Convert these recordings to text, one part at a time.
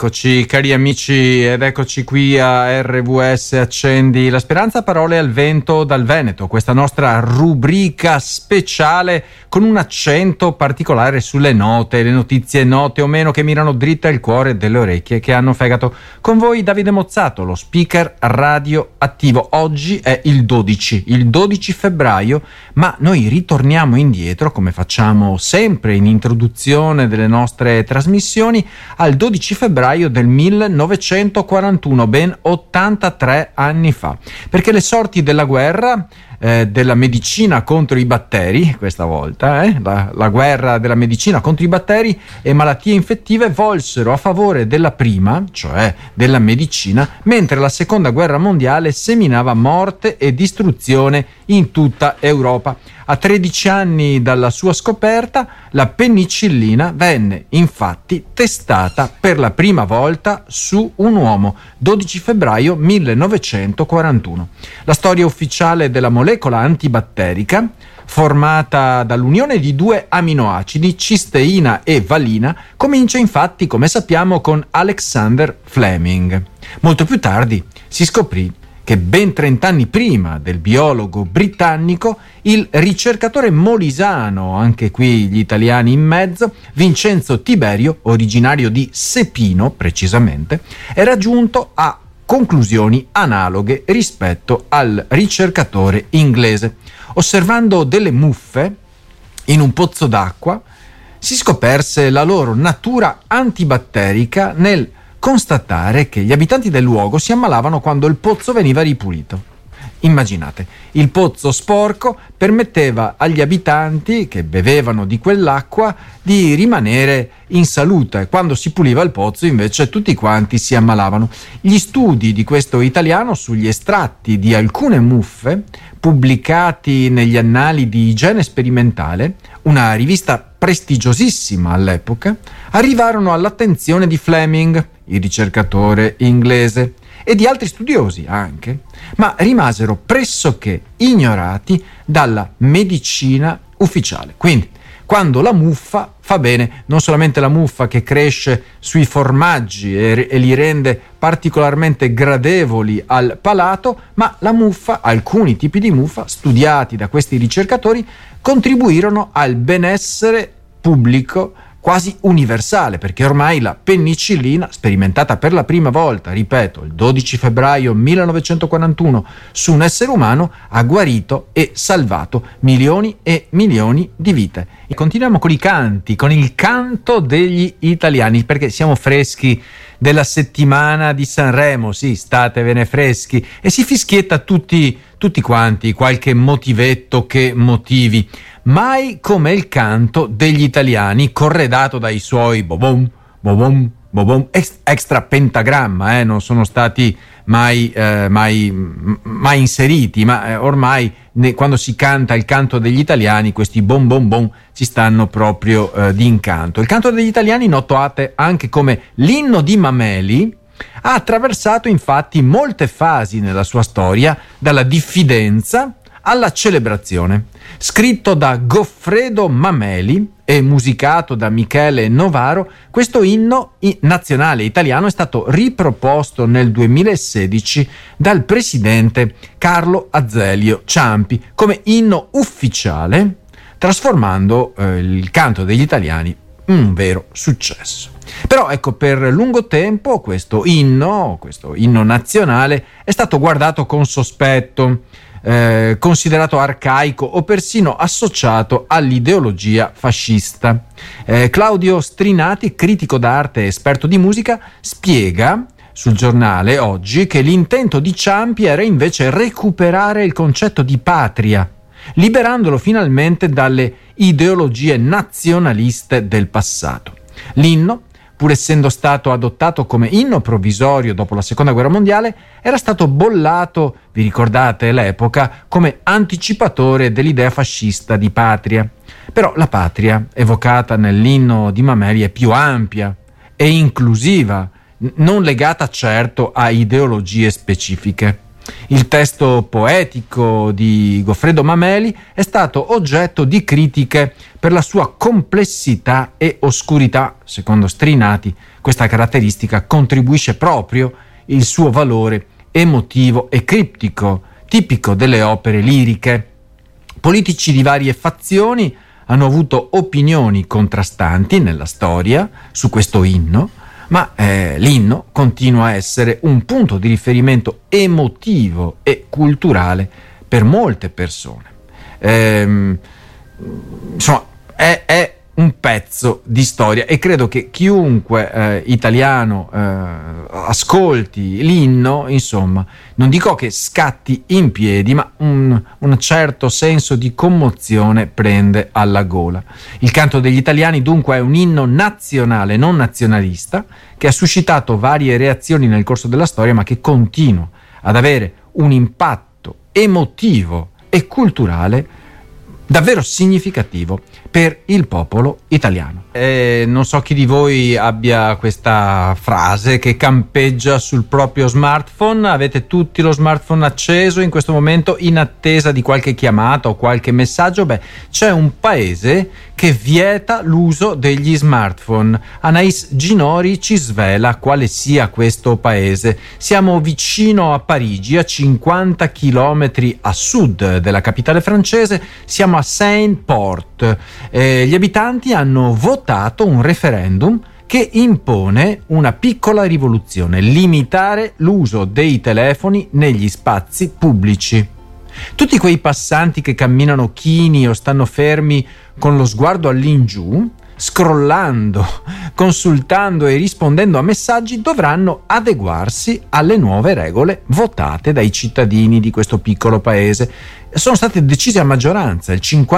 eccoci cari amici ed eccoci qui a RVS Accendi la Speranza, parole al vento dal Veneto, questa nostra rubrica speciale con un accento particolare sulle note, le notizie note o meno che mirano dritte al cuore delle orecchie che hanno fegato. Con voi Davide Mozzato, lo speaker radioattivo. Oggi è il 12 febbraio, ma noi ritorniamo indietro come facciamo sempre in introduzione delle nostre trasmissioni al 12 febbraio del 1941, ben 83 anni fa, perché le sorti della guerra della medicina contro i batteri, questa volta la guerra della medicina contro i batteri e malattie infettive volsero a favore della prima, cioè della medicina, mentre la seconda guerra mondiale seminava morte e distruzione in tutta Europa. A 13 anni dalla sua scoperta, la penicillina venne infatti testata per la prima volta su un uomo, 12 febbraio 1941. La storia ufficiale della molecola antibatterica, formata dall'unione di due aminoacidi, cisteina e valina, comincia infatti, come sappiamo, con Alexander Fleming. Molto più tardi si scoprì che ben 30 anni prima del biologo britannico, il ricercatore molisano, anche qui gli italiani in mezzo, Vincenzo Tiberio, originario di Sepino precisamente, era giunto a conclusioni analoghe rispetto al ricercatore inglese. Osservando delle muffe in un pozzo d'acqua, si scoperse la loro natura antibatterica nel constatare che gli abitanti del luogo si ammalavano quando il pozzo veniva ripulito. Immaginate, il pozzo sporco permetteva agli abitanti che bevevano di quell'acqua di rimanere in salute. Quando si puliva il pozzo invece tutti quanti si ammalavano. Gli studi di questo italiano sugli estratti di alcune muffe, pubblicati negli Annali di Igiene Sperimentale, una rivista prestigiosissima all'epoca, arrivarono all'attenzione di Fleming, il ricercatore inglese, e di altri studiosi anche, ma rimasero pressoché ignorati dalla medicina ufficiale. Quindi, quando la muffa fa bene, non solamente la muffa che cresce sui formaggi e li rende particolarmente gradevoli al palato, ma la muffa, alcuni tipi di muffa studiati da questi ricercatori, contribuirono al benessere pubblico quasi universale, perché ormai la penicillina, sperimentata per la prima volta, ripeto, il 12 febbraio 1941 su un essere umano, ha guarito e salvato milioni e milioni di vite. E continuiamo con i canti, con il canto degli italiani, perché siamo freschi della settimana di Sanremo, sì, statevene freschi, e si fischietta tutti quanti qualche motivetto che motivi. Mai come il canto degli italiani, corredato dai suoi bobom, bobom, bobom, extra pentagramma, non sono stati mai inseriti, ma ormai quando si canta il canto degli italiani, questi bom bom bom ci stanno proprio d'incanto. Il canto degli italiani, notate anche come l'inno di Mameli, ha attraversato infatti molte fasi nella sua storia, dalla diffidenza alla celebrazione. Scritto da Goffredo Mameli e musicato da Michele Novaro, questo inno nazionale italiano è stato riproposto nel 2016 dal presidente Carlo Azeglio Ciampi come inno ufficiale, trasformando il canto degli italiani in un vero successo. Però ecco, per lungo tempo questo inno nazionale è stato guardato con sospetto, considerato arcaico o persino associato all'ideologia fascista. Claudio Strinati, critico d'arte e esperto di musica, spiega sul giornale Oggi che l'intento di Ciampi era invece recuperare il concetto di patria, liberandolo finalmente dalle ideologie nazionaliste del passato. L'inno, pur essendo stato adottato come inno provvisorio dopo la Seconda Guerra Mondiale, era stato bollato, vi ricordate l'epoca, come anticipatore dell'idea fascista di patria. Però la patria, evocata nell'inno di Mameli, è più ampia e inclusiva, non legata certo a ideologie specifiche. Il testo poetico di Goffredo Mameli è stato oggetto di critiche per la sua complessità e oscurità. Secondo Strinati, questa caratteristica contribuisce proprio il suo valore emotivo e criptico, tipico delle opere liriche. Politici di varie fazioni hanno avuto opinioni contrastanti nella storia su questo inno, ma l'inno continua a essere un punto di riferimento emotivo e culturale per molte persone. Insomma, è un pezzo di storia e credo che chiunque italiano ascolti l'inno, insomma, non dico che scatti in piedi, ma un certo senso di commozione prende alla gola. Il canto degli italiani dunque è un inno nazionale, non nazionalista, che ha suscitato varie reazioni nel corso della storia, ma che continua ad avere un impatto emotivo e culturale davvero significativo per il popolo italiano. Non so chi di voi abbia questa frase che campeggia sul proprio smartphone. Avete tutti lo smartphone acceso in questo momento in attesa di qualche chiamata o qualche messaggio? C'è un paese che vieta l'uso degli smartphone. Anais Ginori ci svela quale sia questo paese. Siamo vicino a Parigi, a 50 chilometri a sud della capitale francese. Siamo a Saint-Port. Gli abitanti hanno votato un referendum che impone una piccola rivoluzione: limitare l'uso dei telefoni negli spazi pubblici. Tutti quei passanti che camminano chini o stanno fermi con lo sguardo all'ingiù, scrollando, consultando e rispondendo a messaggi, dovranno adeguarsi alle nuove regole votate dai cittadini di questo piccolo paese. Sono state decise a maggioranza. Il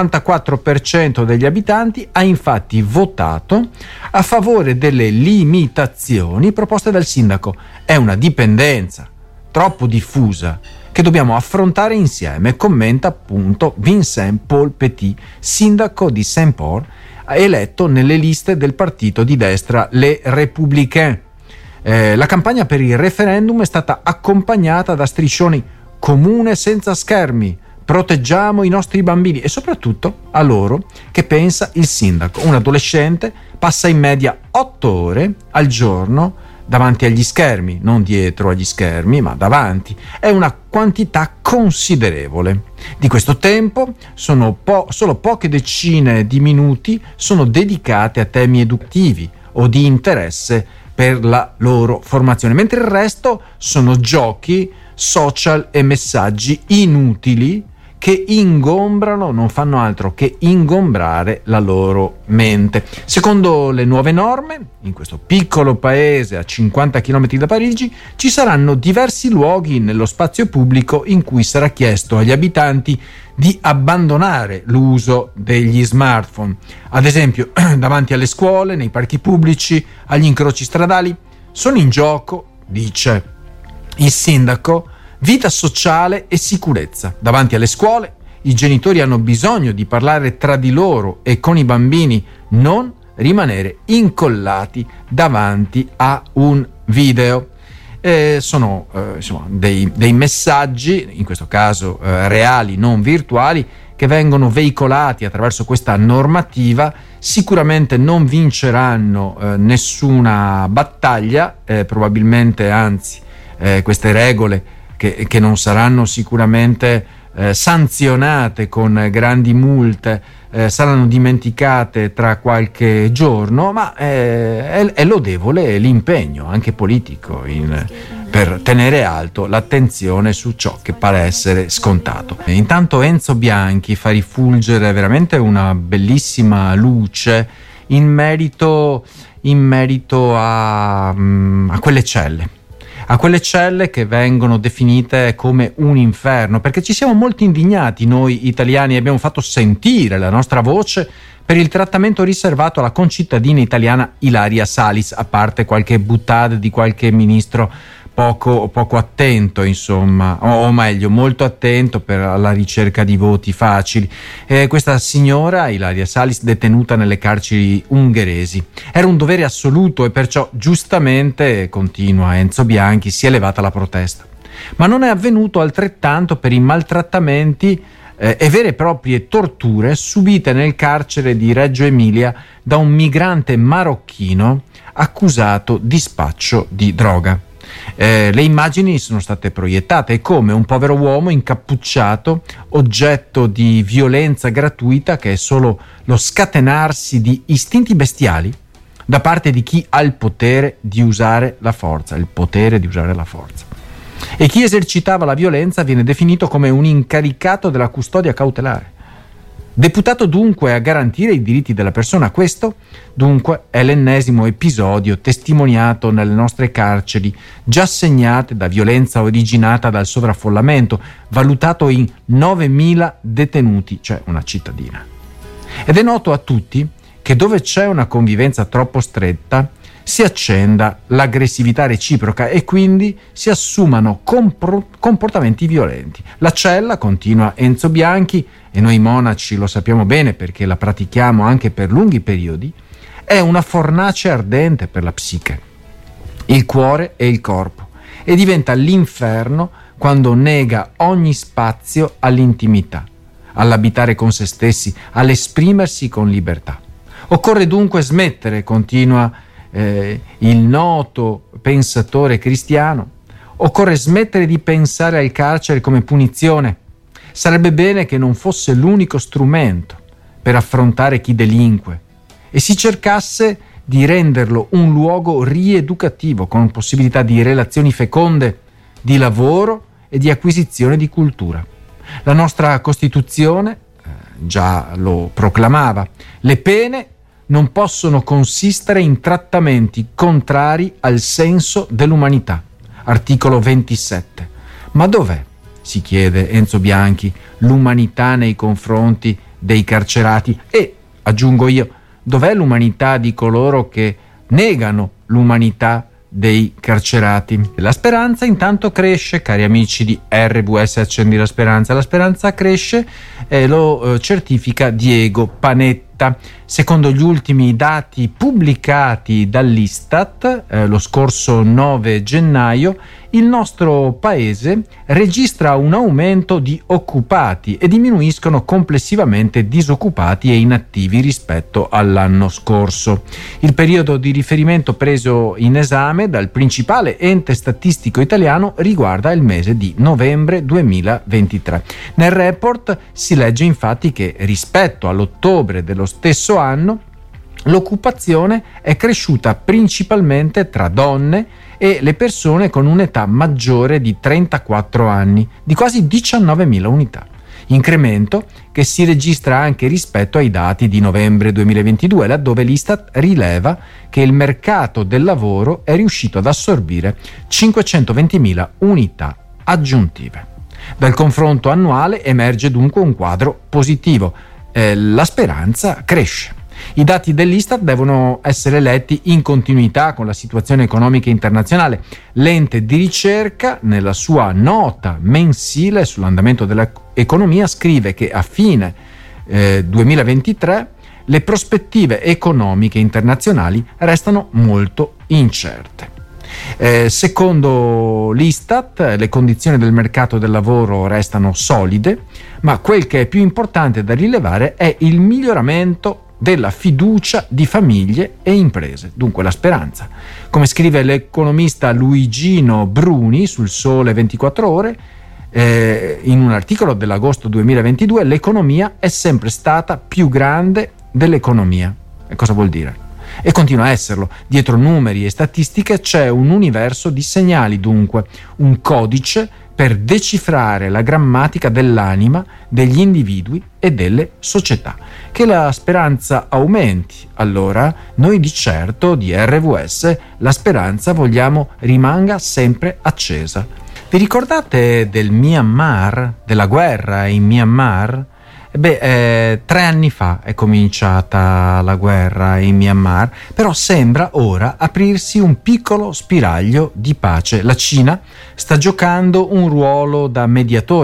54% degli abitanti ha infatti votato a favore delle limitazioni proposte dal sindaco. È una dipendenza troppo diffusa che dobbiamo affrontare insieme, commenta appunto Vincent Paul Petit, sindaco di Saint-Port, eletto nelle liste del partito di destra Les Républicains. La campagna per il referendum è stata accompagnata da striscioni: comune senza schermi, proteggiamo i nostri bambini, e soprattutto a loro che pensa il sindaco. Un adolescente passa in media 8 ore al giorno davanti agli schermi, non dietro agli schermi, ma davanti. È una quantità considerevole. Di questo tempo solo poche decine di minuti sono dedicate a temi educativi o di interesse per la loro formazione, mentre il resto sono giochi, social e messaggi inutili che ingombrano, non fanno altro che ingombrare la loro mente. Secondo le nuove norme, in questo piccolo paese a 50 km da Parigi, ci saranno diversi luoghi nello spazio pubblico in cui sarà chiesto agli abitanti di abbandonare l'uso degli smartphone. Ad esempio, davanti alle scuole, nei parchi pubblici, agli incroci stradali. Sono in gioco, dice il sindaco, vita sociale e sicurezza. Davanti alle scuole i genitori hanno bisogno di parlare tra di loro e con i bambini, non rimanere incollati davanti a un video. Sono insomma dei messaggi, in questo caso reali, non virtuali, che vengono veicolati attraverso questa normativa. Sicuramente non vinceranno nessuna battaglia, probabilmente anzi queste regole che non saranno sicuramente sanzionate con grandi multe, saranno dimenticate tra qualche giorno, ma è lodevole l'impegno anche politico per tenere alto l'attenzione su ciò che pare essere scontato. Intanto Enzo Bianchi fa rifulgere veramente una bellissima luce in merito a quelle celle che vengono definite come un inferno, perché ci siamo molto indignati noi italiani e abbiamo fatto sentire la nostra voce per il trattamento riservato alla concittadina italiana Ilaria Salis, a parte qualche boutade di qualche ministro poco attento, insomma, o meglio molto attento alla ricerca di voti facili. Questa signora Ilaria Salis, detenuta nelle carceri ungheresi, era un dovere assoluto e perciò giustamente, continua Enzo Bianchi, si è levata la protesta. Ma non è avvenuto altrettanto per i maltrattamenti e vere e proprie torture subite nel carcere di Reggio Emilia da un migrante marocchino accusato di spaccio di droga. Le immagini sono state proiettate come un povero uomo incappucciato, oggetto di violenza gratuita che è solo lo scatenarsi di istinti bestiali da parte di chi ha il potere di usare la forza, E chi esercitava la violenza viene definito come un incaricato della custodia cautelare. Deputato dunque a garantire i diritti della persona, questo dunque è l'ennesimo episodio testimoniato nelle nostre carceri, già segnate da violenza originata dal sovraffollamento, valutato in 9.000 detenuti, cioè una cittadina. Ed è noto a tutti che dove c'è una convivenza troppo stretta si accenda l'aggressività reciproca e quindi si assumano comportamenti violenti. La cella, continua Enzo Bianchi, e noi monaci lo sappiamo bene perché la pratichiamo anche per lunghi periodi, è una fornace ardente per la psiche, il cuore e il corpo, e diventa l'inferno quando nega ogni spazio all'intimità, all'abitare con se stessi, all'esprimersi con libertà. Occorre dunque smettere, continua il noto pensatore cristiano, occorre smettere di pensare al carcere come punizione. Sarebbe bene che non fosse l'unico strumento per affrontare chi delinque e si cercasse di renderlo un luogo rieducativo con possibilità di relazioni feconde, di lavoro e di acquisizione di cultura. La nostra Costituzione già lo proclamava: le pene non possono consistere in trattamenti contrari al senso dell'umanità. Articolo 27. Ma dov'è, si chiede Enzo Bianchi, l'umanità nei confronti dei carcerati? E, aggiungo io, dov'è l'umanità di coloro che negano l'umanità dei carcerati? La speranza intanto cresce, cari amici di RVS Accendi la speranza cresce e lo certifica Diego Panetta. Secondo gli ultimi dati pubblicati dall'Istat lo scorso 9 gennaio, il nostro paese registra un aumento di occupati e diminuiscono complessivamente disoccupati e inattivi rispetto all'anno scorso. Il periodo di riferimento preso in esame dal principale ente statistico italiano riguarda il mese di novembre 2023. Nel report si legge infatti che rispetto all'ottobre dello stesso anno l'occupazione è cresciuta principalmente tra donne e le persone con un'età maggiore di 34 anni, di quasi 19.000 unità. Incremento che si registra anche rispetto ai dati di novembre 2022, laddove l'Istat rileva che il mercato del lavoro è riuscito ad assorbire 520.000 unità aggiuntive. Dal confronto annuale emerge dunque un quadro positivo. La speranza cresce. I dati dell'Istat devono essere letti in continuità con la situazione economica internazionale. L'ente di ricerca, nella sua nota mensile sull'andamento dell'economia, scrive che a fine 2023 le prospettive economiche internazionali restano molto incerte. Secondo l'Istat, le condizioni del mercato del lavoro restano solide, ma quel che è più importante da rilevare è il miglioramento della fiducia di famiglie e imprese, dunque la speranza. Come scrive l'economista Luigino Bruni sul Sole 24 Ore, in un articolo dell'agosto 2022, l'economia è sempre stata più grande dell'economia. E cosa vuol dire? E continua a esserlo. Dietro numeri e statistiche c'è un universo di segnali, dunque, un codice per decifrare la grammatica dell'anima degli individui e delle società. Che la speranza aumenti. Allora, noi di certo, di RVS, la speranza vogliamo rimanga sempre accesa. Vi ricordate del Myanmar, della guerra in Myanmar? 3 anni fa è cominciata la guerra in Myanmar, però sembra ora aprirsi un piccolo spiraglio di pace. La Cina sta giocando un ruolo da mediatore che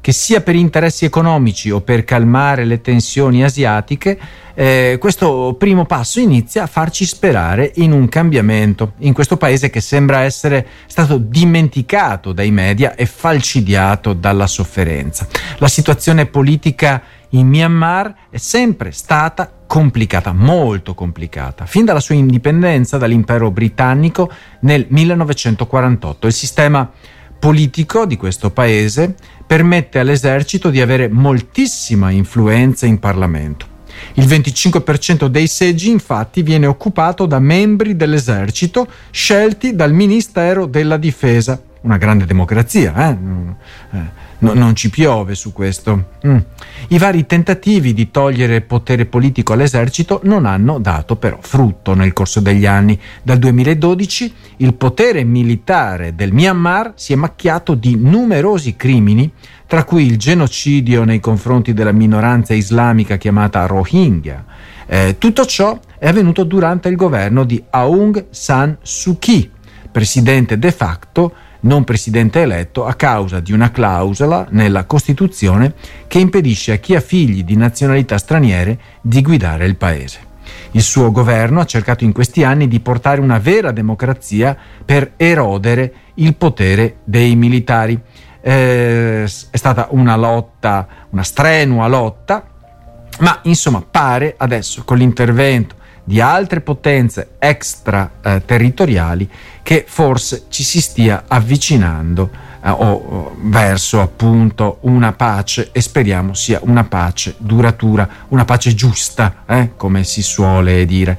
che sia per interessi economici o per calmare le tensioni asiatiche, questo primo passo inizia a farci sperare in un cambiamento in questo paese che sembra essere stato dimenticato dai media e falcidiato dalla sofferenza. La situazione politica in Myanmar è sempre stata complicata, molto complicata, fin dalla sua indipendenza dall'impero britannico nel 1948. Il sistema politico di questo paese permette all'esercito di avere moltissima influenza in Parlamento. Il 25% dei seggi, infatti, viene occupato da membri dell'esercito scelti dal Ministero della Difesa. Una grande democrazia, non ci piove su questo. I vari tentativi di togliere potere politico all'esercito non hanno dato però frutto nel corso degli anni. Dal 2012 il potere militare del Myanmar si è macchiato di numerosi crimini, tra cui il genocidio nei confronti della minoranza islamica chiamata Rohingya. Tutto ciò è avvenuto durante il governo di Aung San Suu Kyi, presidente de facto, non presidente eletto, a causa di una clausola nella Costituzione che impedisce a chi ha figli di nazionalità straniere di guidare il paese. Il suo governo ha cercato in questi anni di portare una vera democrazia per erodere il potere dei militari. È stata una lotta, una strenua lotta, ma insomma pare adesso, con l'intervento di altre potenze extraterritoriali, che forse ci si stia avvicinando verso appunto una pace, e speriamo sia una pace duratura, una pace giusta, come si suole dire.